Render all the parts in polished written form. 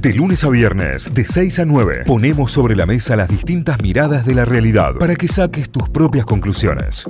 De lunes a viernes, de 6 a 9, ponemos sobre la mesa las distintas miradas de la realidad para que saques tus propias conclusiones.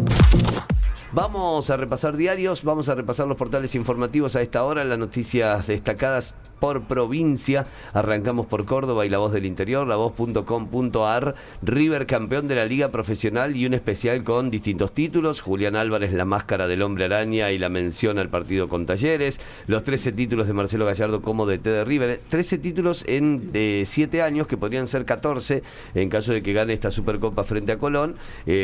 Vamos a repasar diarios, vamos a repasar los portales informativos a esta hora, las noticias destacadas por provincia. Arrancamos por Córdoba y La Voz del Interior, lavoz.com.ar. River campeón de la Liga Profesional y un especial con distintos títulos. Julián Álvarez, la máscara del hombre araña y la mención al partido con Talleres. Los 13 títulos de Marcelo Gallardo como DT de River. 13 títulos en 7 años, que podrían ser 14 en caso de que gane esta Supercopa frente a Colón.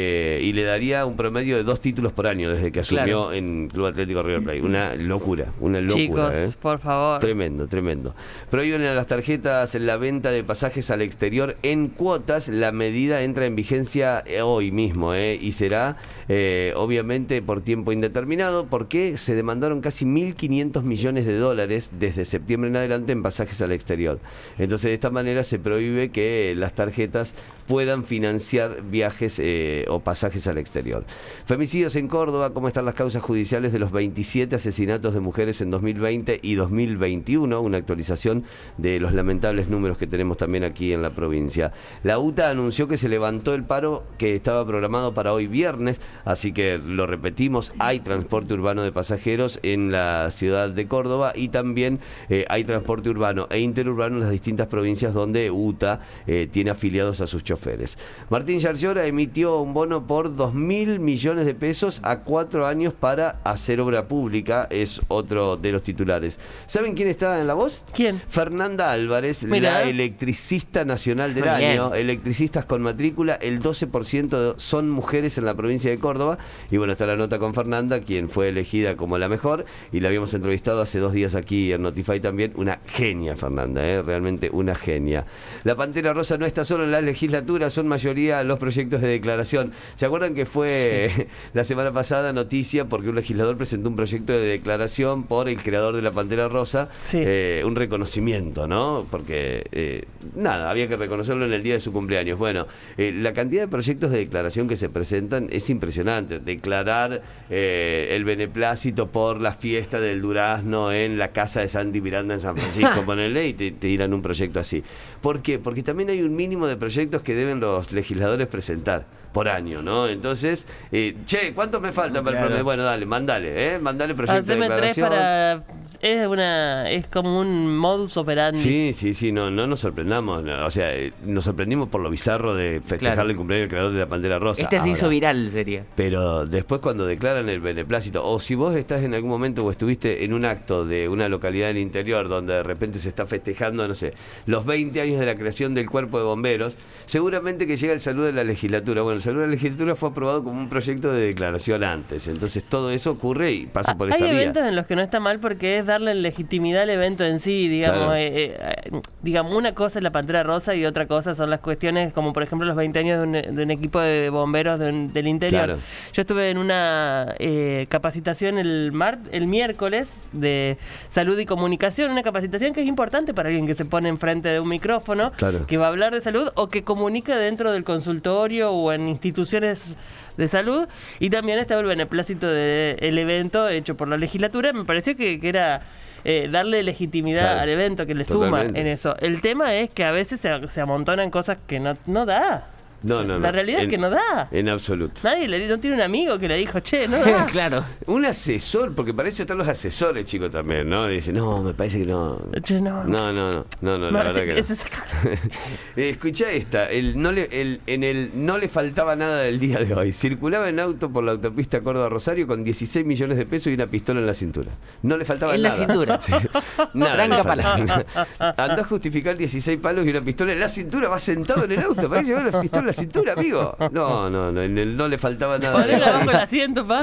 Y le daría un promedio de 2 títulos por año desde que asumió en Club Atlético River Plate. Una locura. Chicos, por favor. Tremendo. Prohíben a las tarjetas la venta de pasajes al exterior en cuotas. La medida entra en vigencia hoy mismo y será obviamente por tiempo indeterminado, porque se demandaron casi 1.500 millones de dólares desde septiembre en adelante en pasajes al exterior. Entonces de esta manera se prohíbe que las tarjetas puedan financiar viajes o pasajes al exterior. Femicidios en Córdoba. ¿Cómo están las causas judiciales de los 27 asesinatos de mujeres en 2020 y 2021? Una actualización de los lamentables números que tenemos también aquí en la provincia. La UTA anunció que se levantó el paro que estaba programado para hoy viernes, así que lo repetimos, hay transporte urbano de pasajeros en la ciudad de Córdoba y también hay transporte urbano e interurbano en las distintas provincias donde UTA tiene afiliados a sus choferes. Martín Yarlora emitió un bono por 2.000 millones de pesos a 4 años para hacer obra pública, es otro de los titulares. ¿Saben quién está en la voz? ¿Quién? Fernanda Álvarez, la electricista nacional del año. Electricistas con matrícula, el 12% son mujeres en la provincia de Córdoba. Y bueno, está la nota con Fernanda, quien fue elegida como la mejor, y la habíamos entrevistado hace 2 días aquí en Notify también. Una genia, Fernanda, realmente una genia. La Pantera Rosa no está solo en la legislatura, son mayoría los proyectos de declaración. ¿Se acuerdan que fue la semana pasada noticia porque un legislador presentó un proyecto de declaración por el creador de la Pantera Rosa? Sí. Un reconocimiento, ¿no? Porque, había que reconocerlo en el día de su cumpleaños. Bueno, la cantidad de proyectos de declaración que se presentan es impresionante. Declarar el beneplácito por la fiesta del durazno en la casa de Santi Miranda en San Francisco, ponele, y te dirán un proyecto así. ¿Por qué? Porque también hay un mínimo de proyectos que deben los legisladores presentar por año, ¿no? Entonces, ¿cuánto me falta para el promedio? Bueno, mandale proyecto de declaración. Es como un modus operandi. Sí, no nos sorprendamos. O sea, nos sorprendimos por lo bizarro de festejarle el cumpleaños del creador de la Pantera Rosa. Se hizo viral, sería. Pero después cuando declaran el beneplácito, o si vos estás en algún momento o estuviste en un acto de una localidad del interior donde de repente se está festejando, no sé, los 20 años de la creación del Cuerpo de Bomberos, seguramente que llega el saludo de la legislatura. Bueno, el saludo de la legislatura fue aprobado como un proyecto de declaración antes. Entonces todo eso ocurre y pasa por esa vía. Hay eventos en los que no está mal porque es darle legitimidad al evento en sí, digamos. Digamos, una cosa es la Pantera Rosa y otra cosa son las cuestiones como por ejemplo los 20 años de un equipo de bomberos del interior. Claro. Yo estuve en una capacitación el miércoles de salud y comunicación, una capacitación que es importante para alguien que se pone enfrente de un micrófono, que va a hablar de salud o que comunica dentro del consultorio o en instituciones de salud, y también estaba el beneplácito del evento hecho por la legislatura. Me pareció que era darle legitimidad al evento, que le suma en eso. El tema es que a veces se amontonan cosas que no da. No. La realidad es que no da. En absoluto. Nadie no tiene un amigo que le dijo, no da. Claro. Un asesor, porque para eso están los asesores, chicos, también, ¿no? Y dicen, no, me parece que no. No, la verdad que no. Escuchá esta. No le faltaba nada del día de hoy. Circulaba en auto por la autopista Córdoba-Rosario con 16 millones de pesos y una pistola en la cintura. No le faltaba nada. En la cintura. Sí. Nada. Franca pala. Andá a justificar 16 palos y una pistola en la cintura. Va sentado en el auto. ¿Para llevar la pistola en la cintura, amigo? No le faltaba nada. Ponela abajo el asiento, pa.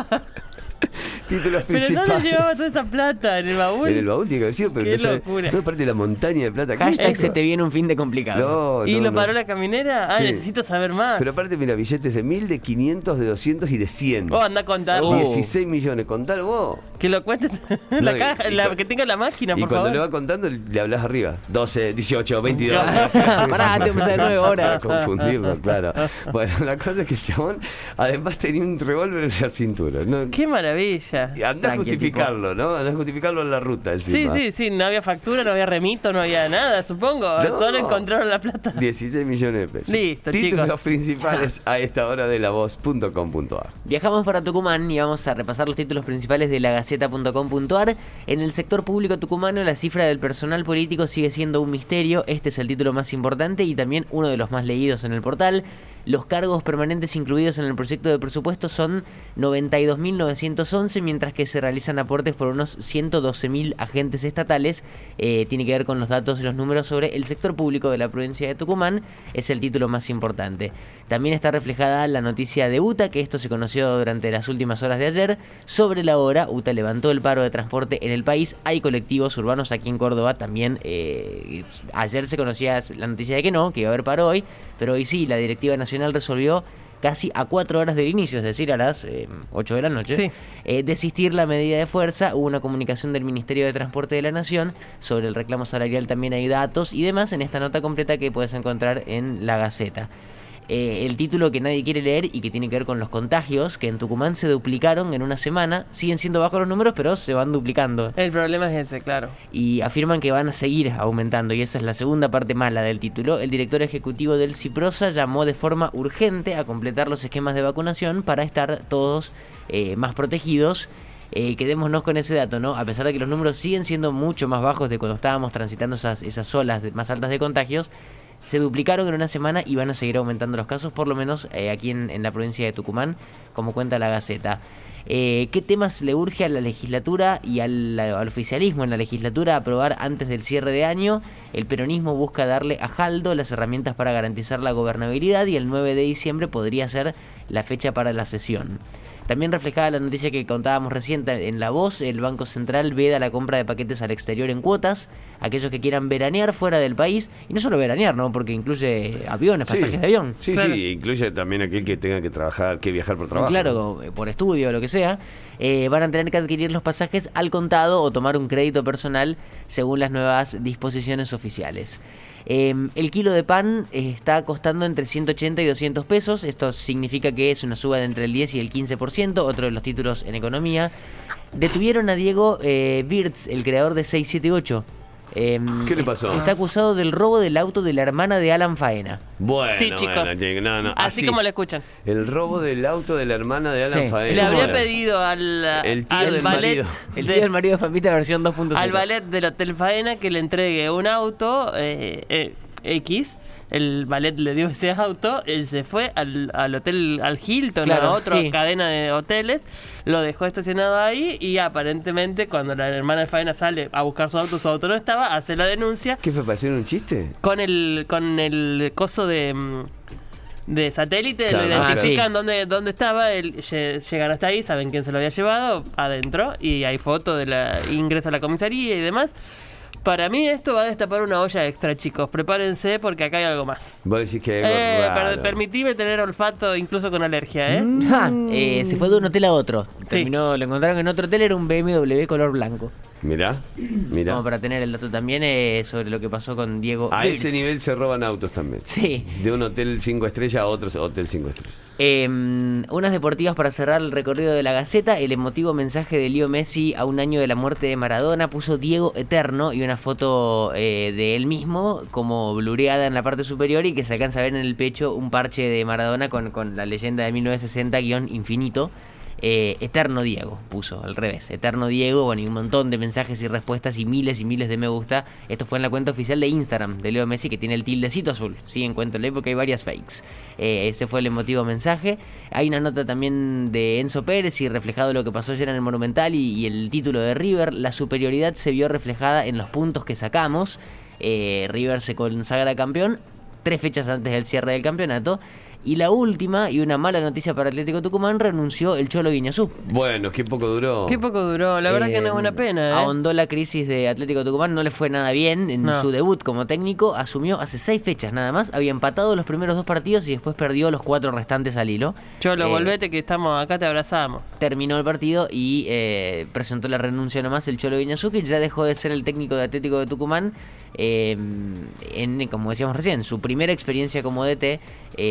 Títulos pero principales. ¿dónde llevaba toda esa plata? ¿En el baúl? En el baúl tiene que haber sido, pero qué locura. No parte de la montaña de plata. Hashtag se te viene un fin de complicado. ¿Y lo paró la caminera? Sí. Necesito saber más. Pero aparte, mira, billetes de 1.000, de 500, de 200 y de 100. Vos andá a contar. 16 millones, contalo vos. Que lo cuentes que tenga la máquina, por favor. Y cuando le va contando, le hablas arriba. 12, 18, 22. Pará, te empecé de 9 horas. Para confundirlo, claro. Bueno, la cosa es que el chabón además tenía un revólver en la cintura. Qué maravilla. planilla. Y anda a justificarlo, ¿no? Anda a justificarlo en la ruta encima. Sí, no había factura, no había remito, no había nada, supongo. No. Solo encontraron la plata. 16 millones de pesos. Listo, Títulos chicos. principales a esta hora de lavoz.com.ar. Viajamos para Tucumán y vamos a repasar los títulos principales de lagaceta.com.ar. En el sector público tucumano, la cifra del personal político sigue siendo un misterio. Este es el título más importante y también uno de los más leídos en el portal. Los cargos permanentes incluidos en el proyecto de presupuesto son 92.911, mientras que se realizan aportes por unos 112.000 agentes estatales. Tiene que ver con los datos y los números sobre el sector público de la provincia de Tucumán. Es el título más importante. También está reflejada la noticia de UTA, que esto se conoció durante las últimas horas de ayer. Sobre la hora, UTA levantó el paro de transporte en el país. Hay colectivos urbanos aquí en Córdoba también. Ayer se conocía la noticia de que no, que iba a haber paro hoy, pero hoy sí, la directiva nacional resolvió casi a 4 horas del inicio, es decir, a las 8 de la noche, desistir la medida de fuerza. Hubo una comunicación del Ministerio de Transporte de la Nación sobre el reclamo salarial, también hay datos y demás en esta nota completa que puedes encontrar en La Gaceta. El título que nadie quiere leer y que tiene que ver con los contagios, que en Tucumán se duplicaron en una semana. Siguen siendo bajos los números, pero se van duplicando. El problema es ese, claro. Y afirman que van a seguir aumentando, y esa es la segunda parte mala del título. El director ejecutivo del Ciprosa llamó de forma urgente a completar los esquemas de vacunación para estar todos más protegidos. Quedémonos con ese dato, ¿no? A pesar de que los números siguen siendo mucho más bajos de cuando estábamos transitando esas olas más altas de contagios, se duplicaron en una semana y van a seguir aumentando los casos, por lo menos aquí en la provincia de Tucumán, como cuenta La Gaceta. ¿Qué temas le urge a la legislatura y al oficialismo en la legislatura aprobar antes del cierre de año? El peronismo busca darle a Jaldo las herramientas para garantizar la gobernabilidad y el 9 de diciembre podría ser la fecha para la sesión. También reflejada la noticia que contábamos recién en La Voz, el Banco Central veda la compra de paquetes al exterior en cuotas. Aquellos que quieran veranear fuera del país, y no solo veranear, ¿no? Porque incluye aviones, pasajes de avión. Sí, claro. Sí, incluye también aquel que tenga que trabajar, que viajar por trabajo. Claro, por estudio o lo que sea. Van a tener que adquirir los pasajes al contado o tomar un crédito personal según las nuevas disposiciones oficiales. El kilo de pan está costando entre 180 y 200 pesos. Esto significa que es una suba de entre el 10 y el 15%. Otro de los títulos en economía. Detuvieron a Diego Birtz, el creador de 678. ¿Qué le pasó? Está acusado del robo del auto de la hermana de Alan Faena. Bueno, sí, chicos. No. Así como lo escuchan. El robo del auto de la hermana de Alan Faena. Le habría pedido al tío del ballet. El tío del marido de Pampita versión 2.0. Al ballet del Hotel Faena que le entregue un auto X. El ballet le dio ese auto, él se fue al hotel, al Hilton, claro, a otra cadena de hoteles, lo dejó estacionado ahí y aparentemente cuando la hermana de Faena sale a buscar su auto no estaba, hace la denuncia. ¿Qué fue, para hacer un chiste? Con el coso de satélite, claro, lo identifican dónde estaba, llegan hasta ahí, saben quién se lo había llevado adentro y hay foto de la ingreso a la comisaría y demás. Para mí esto va a destapar una olla extra, chicos. Prepárense porque acá hay algo más. Vos decís que hay algo raro. Permitime tener olfato incluso con alergia, se fue de un hotel a otro. Lo encontraron en otro hotel, era un BMW color blanco. Mirá. Como para tener el dato también sobre lo que pasó con Diego A Birtz. ese nivel se roban autos también. Sí. De un hotel 5 estrellas a otro hotel 5 estrellas. Unas deportivas para cerrar el recorrido de La Gaceta. El emotivo mensaje de Leo Messi a un año de la muerte de Maradona puso Diego Eterno y una foto de él mismo como blureada en la parte superior y que se alcanza a ver en el pecho un parche de Maradona con la leyenda de 1960-infinito. Eterno Diego puso, al revés, Eterno Diego, bueno, y un montón de mensajes y respuestas y miles de me gusta. Esto fue en la cuenta oficial de Instagram de Leo Messi, que tiene el tildecito azul, sí, encuéntrale porque hay varias fakes. Ese fue el emotivo mensaje. Hay una nota también de Enzo Pérez y reflejado lo que pasó ayer en el Monumental y el título de River. La superioridad se vio reflejada en los puntos que sacamos. River se consagra campeón 3 fechas antes del cierre del campeonato. Y la última, y una mala noticia para Atlético Tucumán, renunció el Cholo Guiñazú. Bueno, qué poco duró. La verdad que no es una pena. Ahondó la crisis de Atlético Tucumán, no le fue nada bien en su debut como técnico. Asumió hace 6 fechas nada más, había empatado los primeros 2 partidos y después perdió los 4 restantes al hilo. Cholo, volvete que estamos acá, te abrazamos. Terminó el partido y presentó la renuncia nomás el Cholo Guiñazú, que ya dejó de ser el técnico de Atlético de Tucumán. Como decíamos recién, su primera experiencia como DT no le fue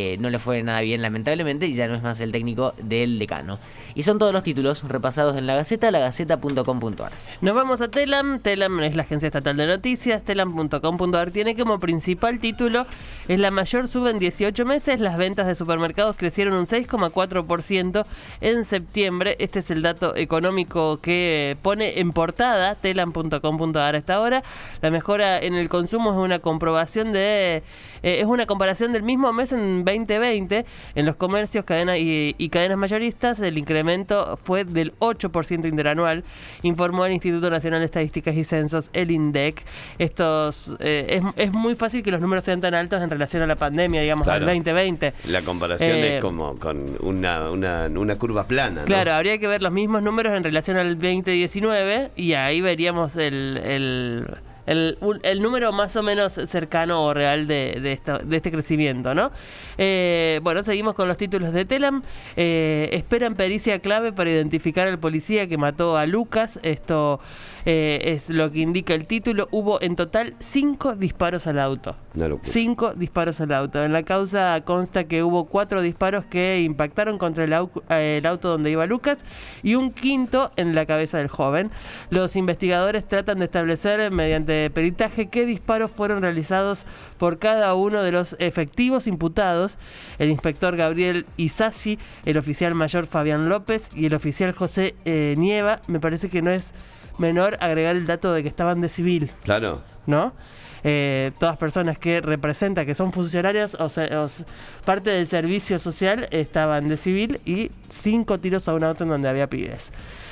fue nada bien, lamentablemente, y ya no es más el técnico del Decano. Y son todos los títulos repasados en La Gaceta, lagaceta.com.ar. Nos vamos a Telam. Telam es la agencia estatal de noticias. Telam.com.ar tiene como principal título: es la mayor suba en 18 meses. Las ventas de supermercados crecieron un 6,4% en septiembre. Este es el dato económico que pone en portada Telam.com.ar hasta ahora. La mejora en el consumo es una comprobación es una comparación del mismo mes en 2020. En los comercios, cadenas y cadenas mayoristas, el incremento fue del 8% interanual, informó el Instituto Nacional de Estadísticas y Censos, el INDEC. Es muy fácil que los números sean tan altos en relación a la pandemia, digamos, claro, al 2020. La comparación es como con una curva plana, ¿no? Claro, habría que ver los mismos números en relación al 2019 y ahí veríamos el número más o menos cercano o real de este crecimiento, ¿no? Bueno, seguimos con los títulos de Telam. Esperan pericia clave para identificar al policía que mató a Lucas. Esto es lo que indica el título. Hubo en total 5 disparos al auto. 5 disparos al auto. En la causa consta que hubo 4 disparos que impactaron contra el auto donde iba Lucas y un quinto en la cabeza del joven. Los investigadores tratan de establecer mediante peritaje qué disparos fueron realizados por cada uno de los efectivos imputados: el inspector Gabriel Isasi, el oficial mayor Fabián López y el oficial José Nieva. Me parece que no es menor agregar el dato de que estaban de civil. Claro. ¿No? Todas personas que representan, que son funcionarios o parte del servicio social, estaban de civil, y 5 tiros a un auto en donde había pibes.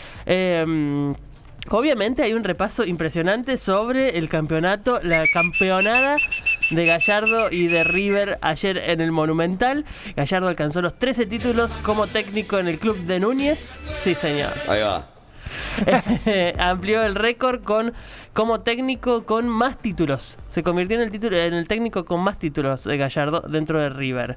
Obviamente hay un repaso impresionante sobre el campeonato, la campeonada de Gallardo y de River ayer en el Monumental. Gallardo alcanzó los 13 títulos como técnico en el club de Núñez. Sí, señor. Ahí va. Amplió el récord como técnico con más títulos. Se convirtió en el técnico con más títulos de Gallardo dentro de River.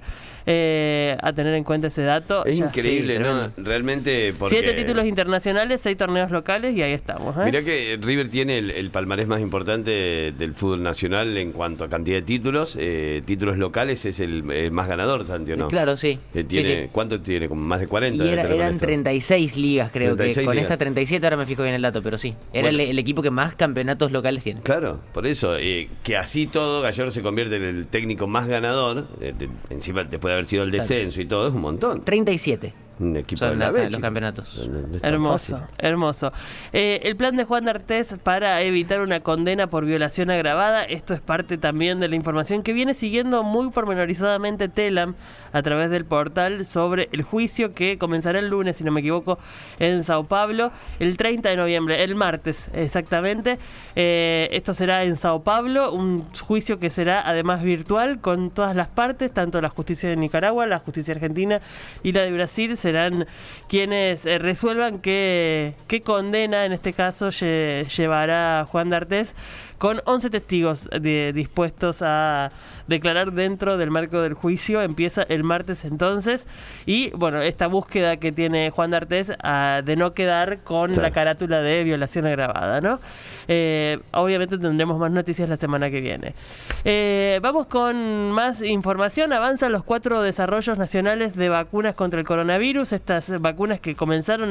A tener en cuenta ese dato. Es increíble, sí, ¿no? Realmente, porque 7 títulos internacionales, 6 torneos locales, y ahí estamos. Mirá que River tiene el palmarés más importante del fútbol nacional en cuanto a cantidad de títulos. Títulos locales es el más ganador, Santi, ¿o no? Claro, sí. Sí. ¿Cuánto tiene? Como más de 40. Y eran 36 ligas, creo 36 que. Con ligas. Esta 37, ahora me fijo bien el dato, pero sí. Era el equipo que más campeonatos locales tiene. Claro, por eso. Que así todo, Gallardo se convierte en el técnico más ganador. Encima, después de haber sido el descenso y todo, es un montón. 37. Un equipo son de la los campeonatos. Hermoso, hermoso. El plan de Juan D'Artés para evitar una condena por violación agravada. Esto es parte también de la información que viene siguiendo muy pormenorizadamente Telam a través del portal sobre el juicio que comenzará el lunes, si no me equivoco, en Sao Paulo, el 30 de noviembre, el martes exactamente. Esto será en Sao Paulo, un juicio que será además virtual con todas las partes, tanto la justicia de Nicaragua, la justicia argentina y la de Brasil. Serán quienes resuelvan qué condena, en este caso, llevará Juan D'Artés, con 11 testigos dispuestos a declarar dentro del marco del juicio. Empieza el martes entonces, y bueno, esta búsqueda que tiene Juan D'Artés de no quedar con la carátula de violación agravada, ¿no? Obviamente tendremos más noticias la semana que viene. Vamos con más información. Avanzan los 4 desarrollos nacionales de vacunas contra el coronavirus. Estas vacunas que comenzaron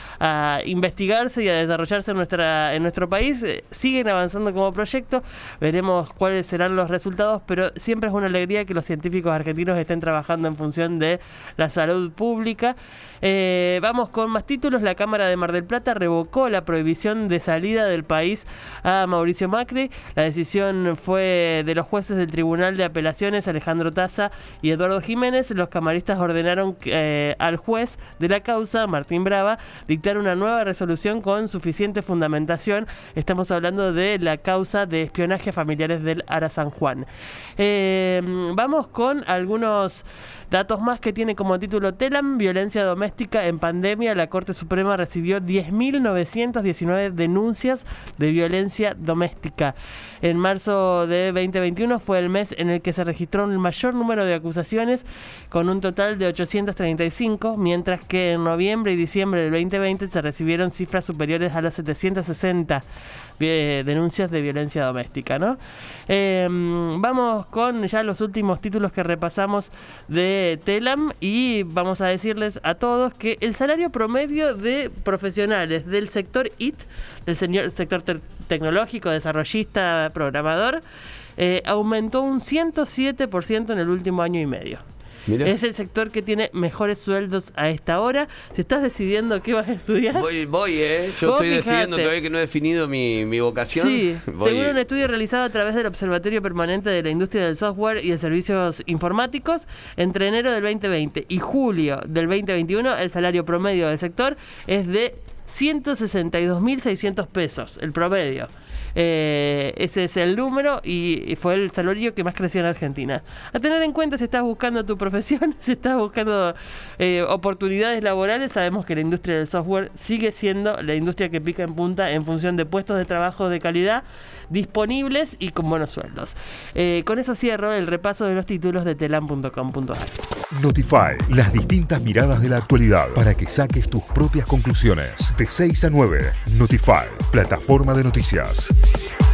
a investigarse y a desarrollarse en nuestro país siguen avanzando como proyecto. Veremos cuáles serán los resultados, pero siempre es una alegría que los científicos argentinos estén trabajando en función de la salud pública. Vamos con más títulos. La Cámara de Mar del Plata revocó la prohibición de salida del país a Mauricio Macri. La decisión fue de los jueces del Tribunal de Apelaciones, Alejandro Taza y Eduardo Jiménez. Los camaristas ordenaron al juez de la causa, Martín Brava, dictar una nueva resolución con suficiente fundamentación. Estamos hablando de la causa de espionaje a familiares del Ara San Juan. Vamos con algunos datos más que tiene como título Telam. Violencia doméstica en pandemia. La Corte Suprema recibió 10.919 denuncias de violencia doméstica. En marzo de 2021 fue el mes en el que se registró el mayor número de acusaciones, con un total de 835, mientras que en noviembre y diciembre del 2020 se recibieron cifras superiores a las 760 denuncias de violencia doméstica, ¿no? Vamos con ya los últimos títulos que repasamos de Telam y vamos a decirles a todos que el salario promedio de profesionales del sector IT, del sector tecnológico, desarrollista, programador, aumentó un 107% en el último año y medio. Mira. Es el sector que tiene mejores sueldos a esta hora. Si estás decidiendo qué vas a estudiar... Yo estoy decidiendo todavía que no he definido mi vocación. Sí, según un estudio realizado a través del Observatorio Permanente de la Industria del Software y de Servicios Informáticos, entre enero del 2020 y julio del 2021, el salario promedio del sector es de 162.600 pesos, el promedio. Ese es el número y fue el salario que más creció en Argentina. A tener en cuenta si estás buscando tu profesión, si estás buscando oportunidades laborales. Sabemos que la industria del software sigue siendo la industria que pica en punta en función de puestos de trabajo de calidad disponibles y con buenos sueldos. Con eso cierro el repaso de los títulos de telam.com.ar. Notify, las distintas miradas de la actualidad para que saques tus propias conclusiones. De 6 a 9, Notify, plataforma de noticias.